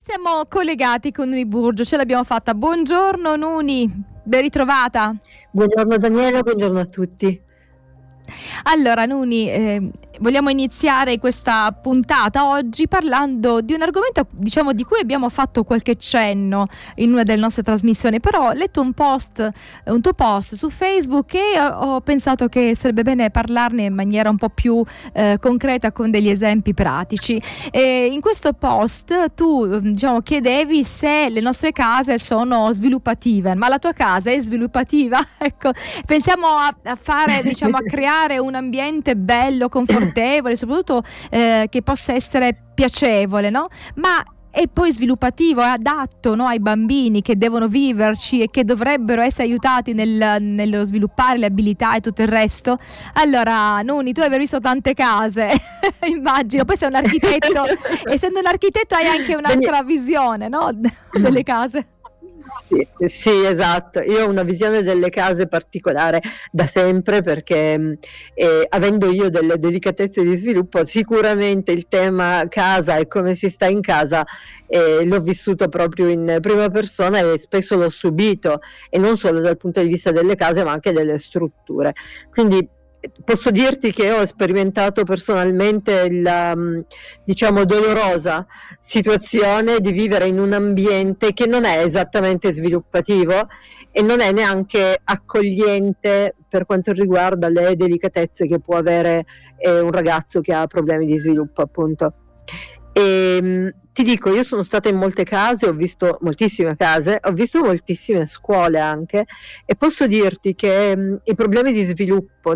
siamo collegati con Nuni Burgio, ce l'abbiamo fatta. Buongiorno Nuni, ben ritrovata. Buongiorno Daniela, buongiorno a tutti. Allora Nuni, vogliamo iniziare questa puntata oggi parlando di un argomento, diciamo, di cui abbiamo fatto qualche cenno in una delle nostre trasmissioni, però ho letto un tuo post su Facebook e ho pensato che sarebbe bene parlarne in maniera un po' più concreta, con degli esempi pratici. E in questo post tu, diciamo, chiedevi se le nostre case sono sviluppative, ma la tua casa è sviluppativa? Ecco, pensiamo a fare, diciamo, a creare un ambiente bello, confortevole, soprattutto che possa essere piacevole, no? Ma è poi sviluppativo, è adatto, no, ai bambini che devono viverci e che dovrebbero essere aiutati nello sviluppare le abilità e tutto il resto. Allora, Nuni, tu hai visto tante case, immagino, poi sei un architetto, essendo un architetto hai anche un'altra visione, no, delle case. Sì, esatto. Io ho una visione delle case particolare da sempre perché avendo io delle delicatezze di sviluppo, sicuramente il tema casa e come si sta in casa l'ho vissuto proprio in prima persona e spesso l'ho subito, e non solo dal punto di vista delle case ma anche delle strutture. Quindi posso dirti che ho sperimentato personalmente la, diciamo, dolorosa situazione di vivere in un ambiente che non è esattamente sviluppativo e non è neanche accogliente per quanto riguarda le delicatezze che può avere un ragazzo che ha problemi di sviluppo, appunto. E ti dico, io sono stata in molte case, ho visto moltissime case, ho visto moltissime scuole anche, e posso dirti che i problemi di sviluppo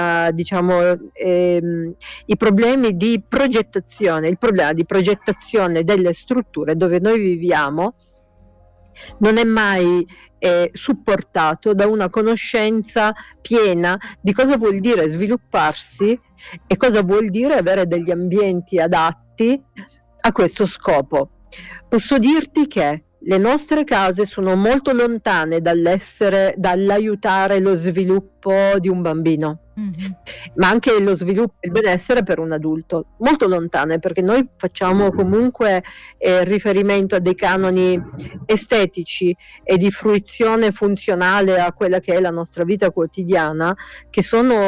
i problemi di progettazione, il problema di progettazione delle strutture dove noi viviamo non è mai supportato da una conoscenza piena di cosa vuol dire svilupparsi e cosa vuol dire avere degli ambienti adatti a questo scopo. Posso dirti che le nostre case sono molto lontane dall'aiutare lo sviluppo di un bambino, ma anche lo sviluppo e il benessere per un adulto, molto lontane, perché noi facciamo comunque riferimento a dei canoni estetici e di fruizione funzionale a quella che è la nostra vita quotidiana, che sono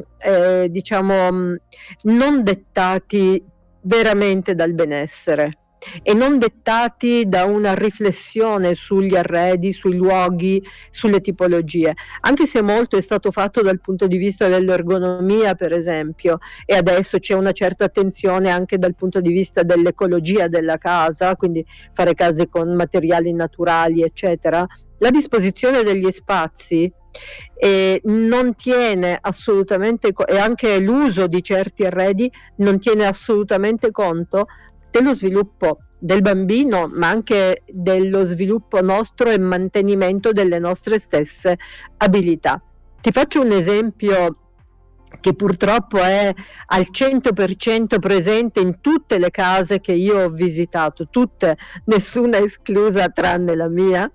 non dettati veramente dal benessere e non dettati da una riflessione sugli arredi, sui luoghi, sulle tipologie, anche se molto è stato fatto dal punto di vista dell'ergonomia, per esempio, e adesso c'è una certa attenzione anche dal punto di vista dell'ecologia della casa, quindi fare case con materiali naturali, eccetera. La disposizione degli spazi non tiene assolutamente e anche l'uso di certi arredi non tiene assolutamente conto dello sviluppo del bambino, ma anche dello sviluppo nostro e mantenimento delle nostre stesse abilità. Ti faccio un esempio che purtroppo è al 100% presente in tutte le case che io ho visitato, tutte, nessuna esclusa tranne la mia.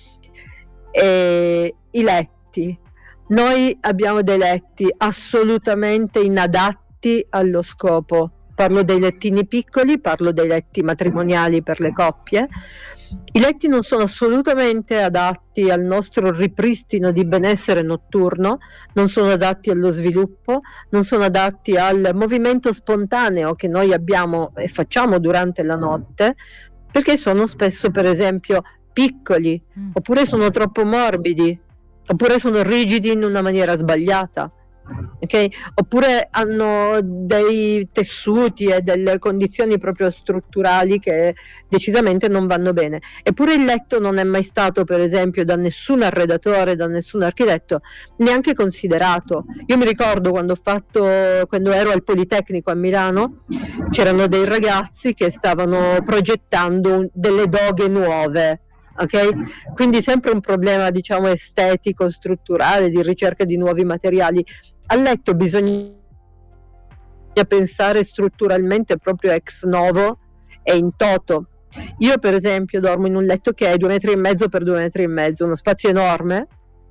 I letti. Noi abbiamo dei letti assolutamente inadatti allo scopo. Parlo dei lettini piccoli, parlo dei letti matrimoniali per le coppie. I letti non sono assolutamente adatti al nostro ripristino di benessere notturno, non sono adatti allo sviluppo, non sono adatti al movimento spontaneo che noi abbiamo e facciamo durante la notte, perché sono spesso, per esempio, piccoli, oppure sono troppo morbidi, oppure sono rigidi in una maniera sbagliata, okay? Oppure hanno dei tessuti e delle condizioni proprio strutturali che decisamente non vanno bene. Eppure il letto non è mai stato, per esempio, da nessun arredatore, da nessun architetto neanche considerato. Io mi ricordo quando ero al Politecnico a Milano, c'erano dei ragazzi che stavano progettando delle doghe nuove. Ok? Quindi sempre un problema, diciamo, estetico, strutturale, di ricerca di nuovi materiali. Al letto bisogna pensare strutturalmente proprio ex novo e in toto. Io per esempio dormo in un letto che è 2,5 metri per 2,5 metri, uno spazio enorme,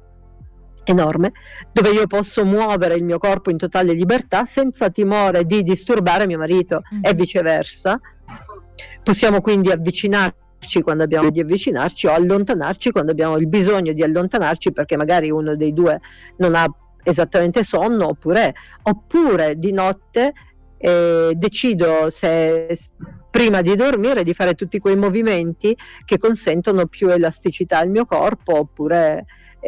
dove io posso muovere il mio corpo in totale libertà senza timore di disturbare mio marito e viceversa. Possiamo quindi avvicinarci quando abbiamo di avvicinarci o allontanarci quando abbiamo il bisogno di allontanarci perché magari uno dei due non ha esattamente sonno, oppure di notte decido se prima di dormire di fare tutti quei movimenti che consentono più elasticità al mio corpo, oppure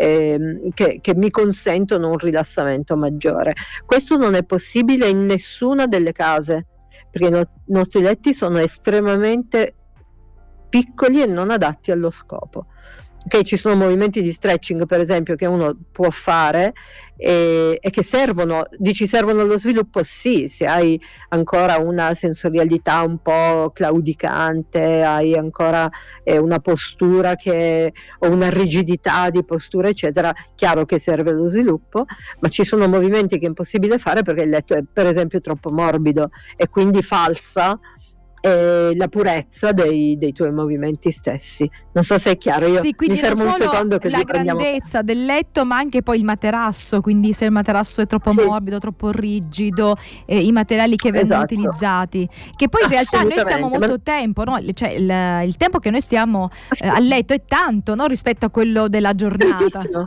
che mi consentono un rilassamento maggiore. Questo non è possibile in nessuna delle case, perché i nostri letti sono estremamente piccoli e non adatti allo scopo. Okay, ci sono movimenti di stretching, per esempio, che uno può fare e che servono allo sviluppo, sì, se hai ancora una sensorialità un po' claudicante, hai ancora una postura o una rigidità di postura, eccetera, chiaro che serve allo sviluppo, ma ci sono movimenti che è impossibile fare perché il letto è, per esempio, troppo morbido e quindi falsa la purezza dei tuoi movimenti stessi. Non so se è chiaro, io sì, quindi mi fermo non un solo secondo che la grandezza del letto, ma anche poi il materasso, quindi se il materasso è troppo morbido, troppo rigido, i materiali che vengono utilizzati, che poi in realtà noi stiamo molto tempo, no? Cioè il tempo che noi stiamo a letto è tanto, no? Rispetto a quello della giornata. Tantissimo.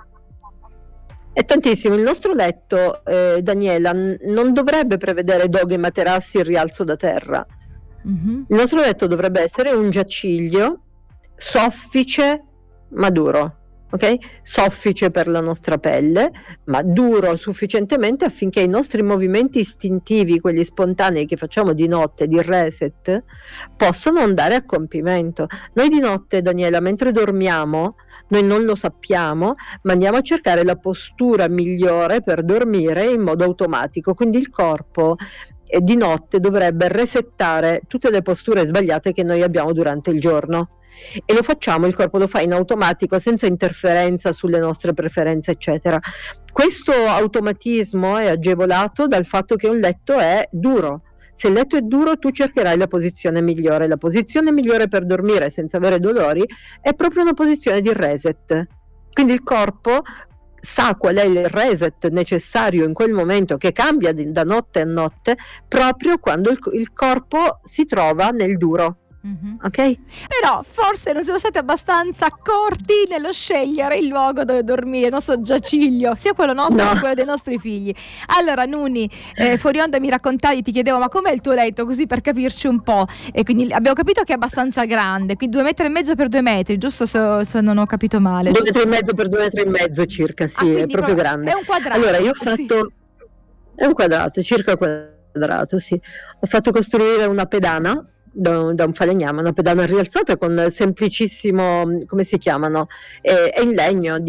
È tantissimo. Il nostro letto, Daniela, non dovrebbe prevedere doghe e materassi e rialzo da terra. Il nostro letto dovrebbe essere un giaciglio soffice ma duro, ok? Soffice per la nostra pelle, ma duro sufficientemente affinché i nostri movimenti istintivi, quelli spontanei che facciamo di notte, di reset, possano andare a compimento. Noi di notte, Daniela, mentre dormiamo, noi non lo sappiamo, ma andiamo a cercare la postura migliore per dormire in modo automatico, quindi il corpo di notte dovrebbe resettare tutte le posture sbagliate che noi abbiamo durante il giorno, e lo facciamo, il corpo lo fa in automatico senza interferenza sulle nostre preferenze, eccetera. Questo automatismo è agevolato dal fatto che un letto è duro. Se il letto è duro, tu cercherai la posizione migliore. La posizione migliore per dormire senza avere dolori è proprio una posizione di reset. Quindi il corpo sa qual è il reset necessario in quel momento, che cambia da notte a notte, proprio quando il corpo si trova nel duro. Ok? Però forse non siamo stati abbastanza accorti nello scegliere il luogo dove dormire, il nostro giaciglio, sia quello nostro che quello dei nostri figli. Allora Nuni, fuori onda mi raccontavi, ti chiedevo ma com'è il tuo letto, così per capirci un po', e quindi abbiamo capito che è abbastanza grande, quindi 2,5 metri per 2 metri, giusto, se non ho capito male? 2,5 metri per 2,5 metri circa, sì, è proprio grande. È un quadrato. Allora io ho fatto è un quadrato, circa quadrato, sì. Ho fatto costruire una pedana da un falegname, una pedana rialzata con semplicissimo, come si chiamano? È in legno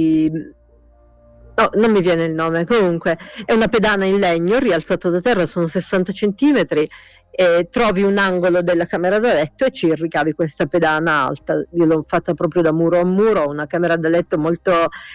no, non mi viene il nome, comunque è una pedana in legno rialzata da terra, sono 60 centimetri, e trovi un angolo della camera da letto e ci ricavi questa pedana alta. Io l'ho fatta proprio da muro a muro, una camera da letto molto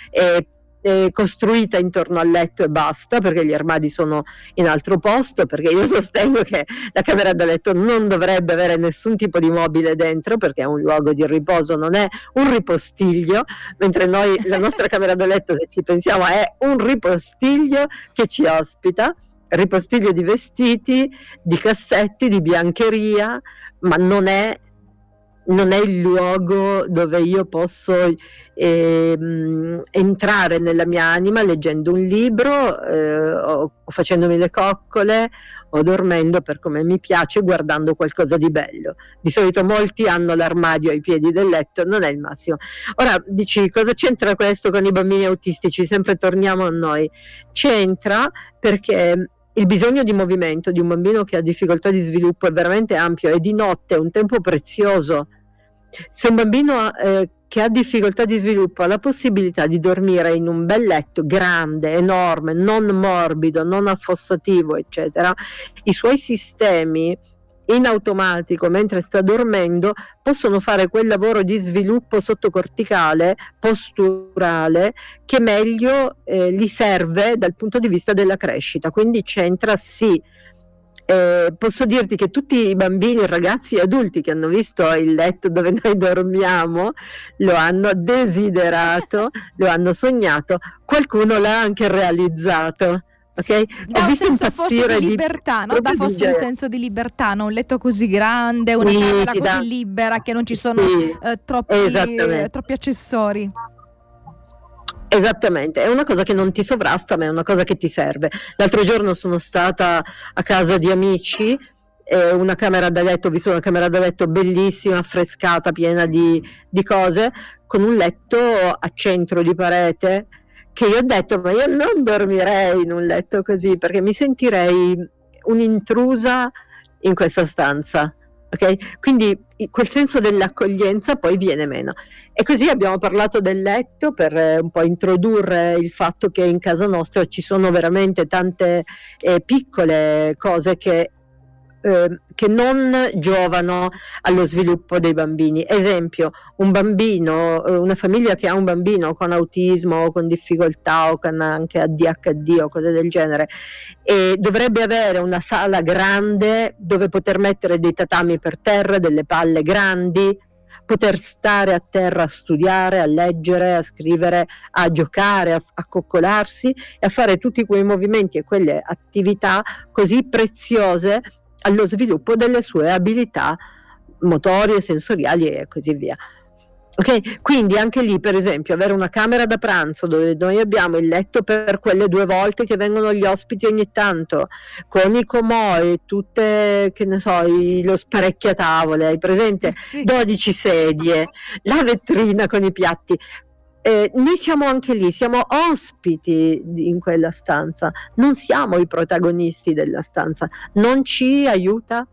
costruita intorno al letto e basta, perché gli armadi sono in altro posto, perché io sostengo che la camera da letto non dovrebbe avere nessun tipo di mobile dentro, perché è un luogo di riposo, non è un ripostiglio, mentre la nostra camera da letto, se ci pensiamo, è un ripostiglio che ci ospita, ripostiglio di vestiti, di cassetti, di biancheria, ma non è il luogo dove io posso entrare nella mia anima leggendo un libro, o facendomi le coccole, o dormendo per come mi piace, guardando qualcosa di bello. Di solito molti hanno l'armadio ai piedi del letto, non è il massimo. Ora dici, cosa c'entra questo con i bambini autistici? Sempre torniamo a noi. C'entra perché il bisogno di movimento di un bambino che ha difficoltà di sviluppo è veramente ampio, e di notte è un tempo prezioso. Se un bambino che ha difficoltà di sviluppo ha la possibilità di dormire in un bel letto grande, enorme, non morbido, non affossativo, eccetera, i suoi sistemi in automatico, mentre sta dormendo, possono fare quel lavoro di sviluppo sottocorticale, posturale, che meglio gli serve dal punto di vista della crescita. Quindi c'entra, sì. Posso dirti che tutti i bambini, ragazzi e adulti che hanno visto il letto dove noi dormiamo lo hanno desiderato, lo hanno sognato, qualcuno l'ha anche realizzato. ok? Dà Ho un visto senso forse impazzire di libertà, no? Dà proprio forse un DJ. senso di libertà, no? Un letto così grande, una Sì, camera ti dà, così libera che non ci sono sì, esattamente. troppi accessori. Esattamente, è una cosa che non ti sovrasta, ma è una cosa che ti serve. L'altro giorno sono stata a casa di amici, una camera da letto, ho visto una camera da letto bellissima, affrescata, piena di cose, con un letto a centro di parete, che io ho detto, ma io non dormirei in un letto così, perché mi sentirei un'intrusa in questa stanza. Ok? Quindi quel senso dell'accoglienza poi viene meno. E così abbiamo parlato del letto per un po' introdurre il fatto che in casa nostra ci sono veramente tante piccole cose che non giovano allo sviluppo dei bambini. Esempio, un bambino, una famiglia che ha un bambino con autismo o con difficoltà o con anche ADHD o cose del genere, e dovrebbe avere una sala grande dove poter mettere dei tatami per terra, delle palle grandi, poter stare a terra a studiare, a leggere, a scrivere, a giocare, a coccolarsi e a fare tutti quei movimenti e quelle attività così preziose allo sviluppo delle sue abilità motorie, sensoriali e così via. Ok, quindi anche lì, per esempio, avere una camera da pranzo dove noi abbiamo il letto per quelle 2 volte che vengono gli ospiti ogni tanto, con i comoi, tutte, che ne so, lo sparecchiatavole, hai presente? Sì. 12 sedie, la vetrina con i piatti. Noi siamo anche lì, siamo ospiti in quella stanza, non siamo i protagonisti della stanza, non ci aiuta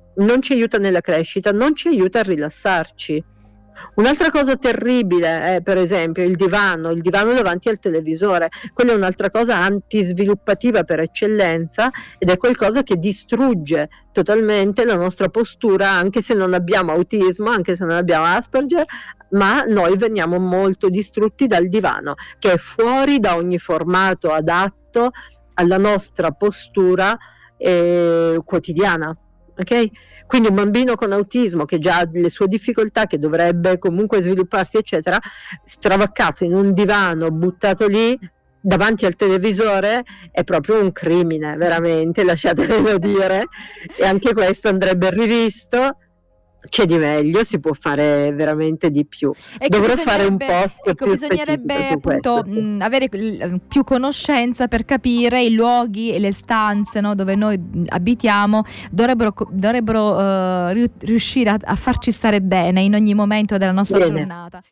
nella crescita, non ci aiuta a rilassarci. Un'altra cosa terribile è per esempio il divano davanti al televisore. Quella è un'altra cosa antisviluppativa per eccellenza ed è qualcosa che distrugge totalmente la nostra postura, anche se non abbiamo autismo, anche se non abbiamo Asperger, ma noi veniamo molto distrutti dal divano, che è fuori da ogni formato adatto alla nostra postura quotidiana, ok? Quindi un bambino con autismo che già ha le sue difficoltà, che dovrebbe comunque svilupparsi, eccetera, stravaccato in un divano, buttato lì davanti al televisore, è proprio un crimine, veramente, lasciatemelo dire. E anche questo andrebbe rivisto. C'è di meglio, si può fare veramente di più. Dovrò fare un post più specifico su appunto questo, sì. avere più conoscenza per capire i luoghi e le stanze, no, dove noi abitiamo, dovrebbero riuscire a farci stare bene in ogni momento della nostra giornata.